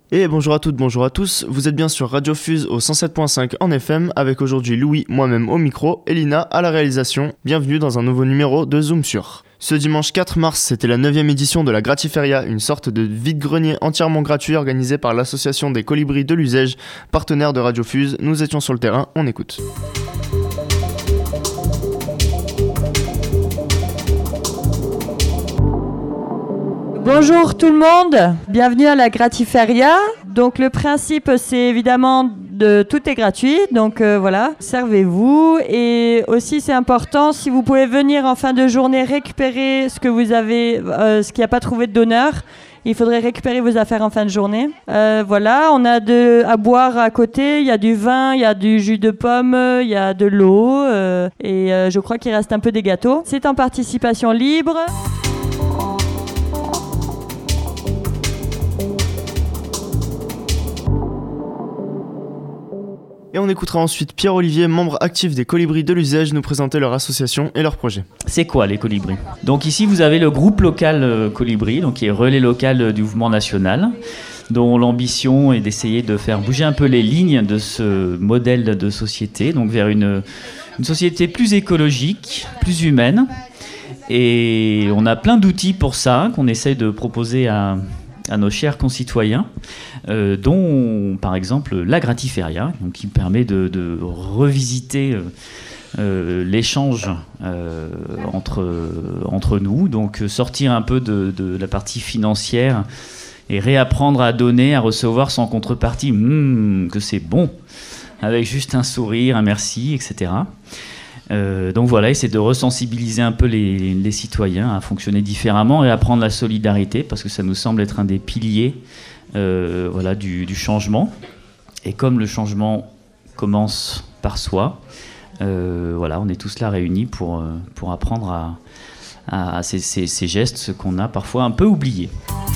Et bonjour à toutes, bonjour à tous, vous êtes bien sur Radio Fuse au 107.5 en FM avec aujourd'hui Louis, moi-même au micro et Lina à la réalisation. Bienvenue dans un nouveau numéro de Zoom sur. Ce dimanche 4 mars, c'était la 9e édition de la Gratiferia, une sorte de vide-grenier entièrement gratuit organisé par l'association des Colibris de l'Uzège, partenaire de Radio Fuse. Nous étions sur le terrain, on écoute. Bonjour tout le monde, bienvenue à la Gratiferia. Donc le principe c'est évidemment tout est gratuit, donc voilà, servez-vous. Et aussi c'est important, si vous pouvez venir en fin de journée récupérer ce que vous avez, ce qui n'a pas trouvé de donneur, il faudrait récupérer vos affaires en fin de journée. Voilà, on a à boire à côté, il y a du vin, il y a du jus de pomme, il y a de l'eau et je crois qu'il reste un peu des gâteaux. C'est en participation libre. Et on écoutera ensuite Pierre-Olivier, membre actif des Colibris de l'Uzège, nous présenter leur association et leur projet. C'est quoi les Colibris ? Donc ici vous avez le groupe local Colibri, donc qui est relais local du mouvement national, dont l'ambition est d'essayer de faire bouger un peu les lignes de ce modèle de société, donc vers une société plus écologique, plus humaine. Et on a plein d'outils pour ça qu'on essaie de proposer à nos chers concitoyens, dont par exemple la Gratiferia, donc, qui permet de revisiter l'échange entre nous, donc sortir un peu de la partie financière et réapprendre à donner, à recevoir sans contrepartie, que c'est bon, avec juste un sourire, un merci, etc. Donc voilà, essayer de resensibiliser un peu les citoyens à fonctionner différemment et à apprendre la solidarité, parce que ça nous semble être un des piliers du changement. Et comme le changement commence par soi, on est tous là réunis pour apprendre à ces gestes, ce qu'on a parfois un peu oublié.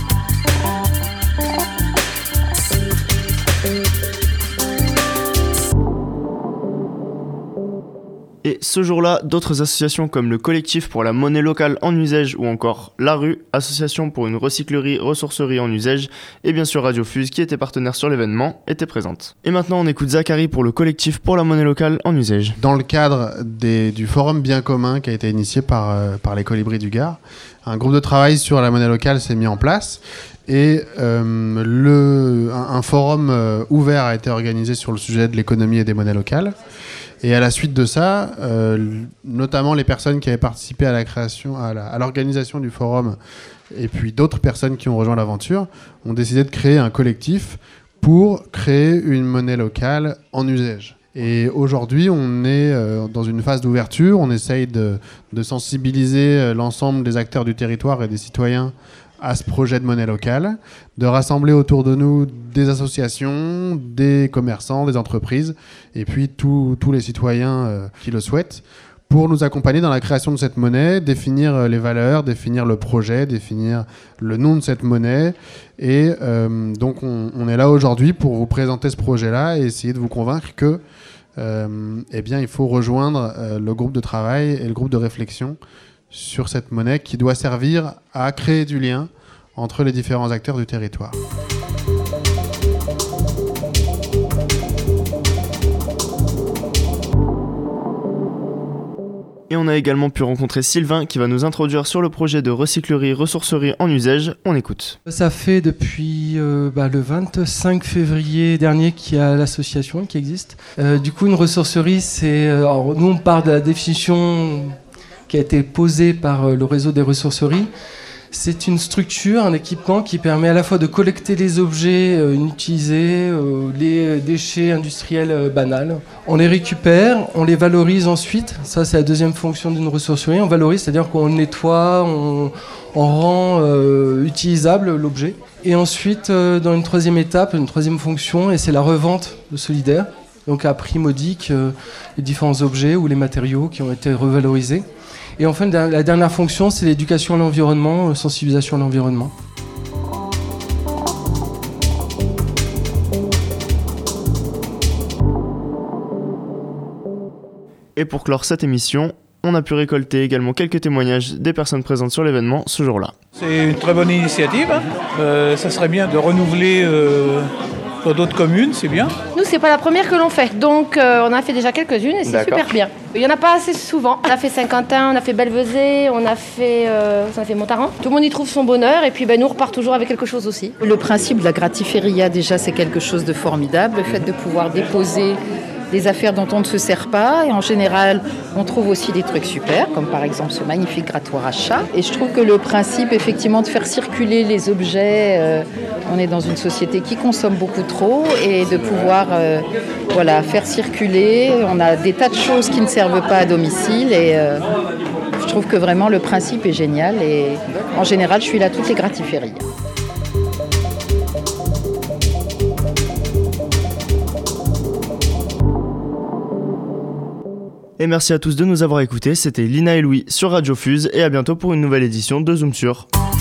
Et ce jour-là, d'autres associations comme le Collectif pour la monnaie locale en Uzège ou encore La Rue, association pour une recyclerie, ressourcerie en Uzège, et bien sûr Radio Fuse qui était partenaire sur l'événement, étaient présentes. Et maintenant on écoute Zachary pour le Collectif pour la monnaie locale en Uzège. Dans le cadre du forum bien commun qui a été initié par les Colibris du Gard, un groupe de travail sur la monnaie locale s'est mis en place. Et un forum ouvert a été organisé sur le sujet de l'économie et des monnaies locales. Et à la suite de ça, notamment les personnes qui avaient participé à la création, à l'organisation du forum, et puis d'autres personnes qui ont rejoint l'aventure, ont décidé de créer un collectif pour créer une monnaie locale en Uzège. Et aujourd'hui, on est dans une phase d'ouverture. On essaye de sensibiliser l'ensemble des acteurs du territoire et des citoyens à ce projet de monnaie locale, de rassembler autour de nous des associations, des commerçants, des entreprises, et puis tous les citoyens qui le souhaitent, pour nous accompagner dans la création de cette monnaie, définir les valeurs, définir le projet, définir le nom de cette monnaie. Et donc on est là aujourd'hui pour vous présenter ce projet-là et essayer de vous convaincre que il faut rejoindre le groupe de travail et le groupe de réflexion sur cette monnaie qui doit servir à créer du lien entre les différents acteurs du territoire. Et on a également pu rencontrer Sylvain qui va nous introduire sur le projet de recyclerie ressourcerie en Uzège. On écoute. Ça fait depuis le 25 février dernier qu'il y a l'association qui existe. Du coup, une ressourcerie, nous on part de la définition qui a été posée par le réseau des ressourceries. C'est une structure, un équipement qui permet à la fois de collecter les objets inutilisés, les déchets industriels banals. On les récupère, on les valorise ensuite. Ça, c'est la deuxième fonction d'une ressourcerie. On valorise, c'est-à-dire qu'on nettoie, on rend utilisable l'objet. Et ensuite, dans une troisième étape, une troisième fonction, et c'est la revente de solidaire. Donc à prix modique, les différents objets ou les matériaux qui ont été revalorisés. Et enfin, la dernière fonction, c'est l'éducation à l'environnement, sensibilisation à l'environnement. Et pour clore cette émission, On a pu récolter également quelques témoignages des personnes présentes sur l'événement ce jour-là. C'est une très bonne initiative. Ça serait bien de renouveler dans d'autres communes, c'est bien. Nous, c'est pas la première que l'on fait. Donc, on a fait déjà quelques-unes et c'est super bien. Il n'y en a pas assez souvent. On a fait Saint-Quentin, on a fait Belvezé, on a fait Montaran. Tout le monde y trouve son bonheur et puis nous, on repart toujours avec quelque chose aussi. Le principe de la gratiféria, déjà, c'est quelque chose de formidable. Le fait de pouvoir déposer des affaires dont on ne se sert pas. Et en général, on trouve aussi des trucs super, comme par exemple ce magnifique grattoir à chat. Et je trouve que le principe, effectivement, de faire circuler les objets, on est dans une société qui consomme beaucoup trop, et de pouvoir faire circuler. On a des tas de choses qui ne servent pas à domicile, et je trouve que vraiment le principe est génial. Et en général, je suis là toutes les gratiférias. Et merci à tous de nous avoir écoutés, c'était Lina et Louis sur Radio Fuse et à bientôt pour une nouvelle édition de Zoom Sur.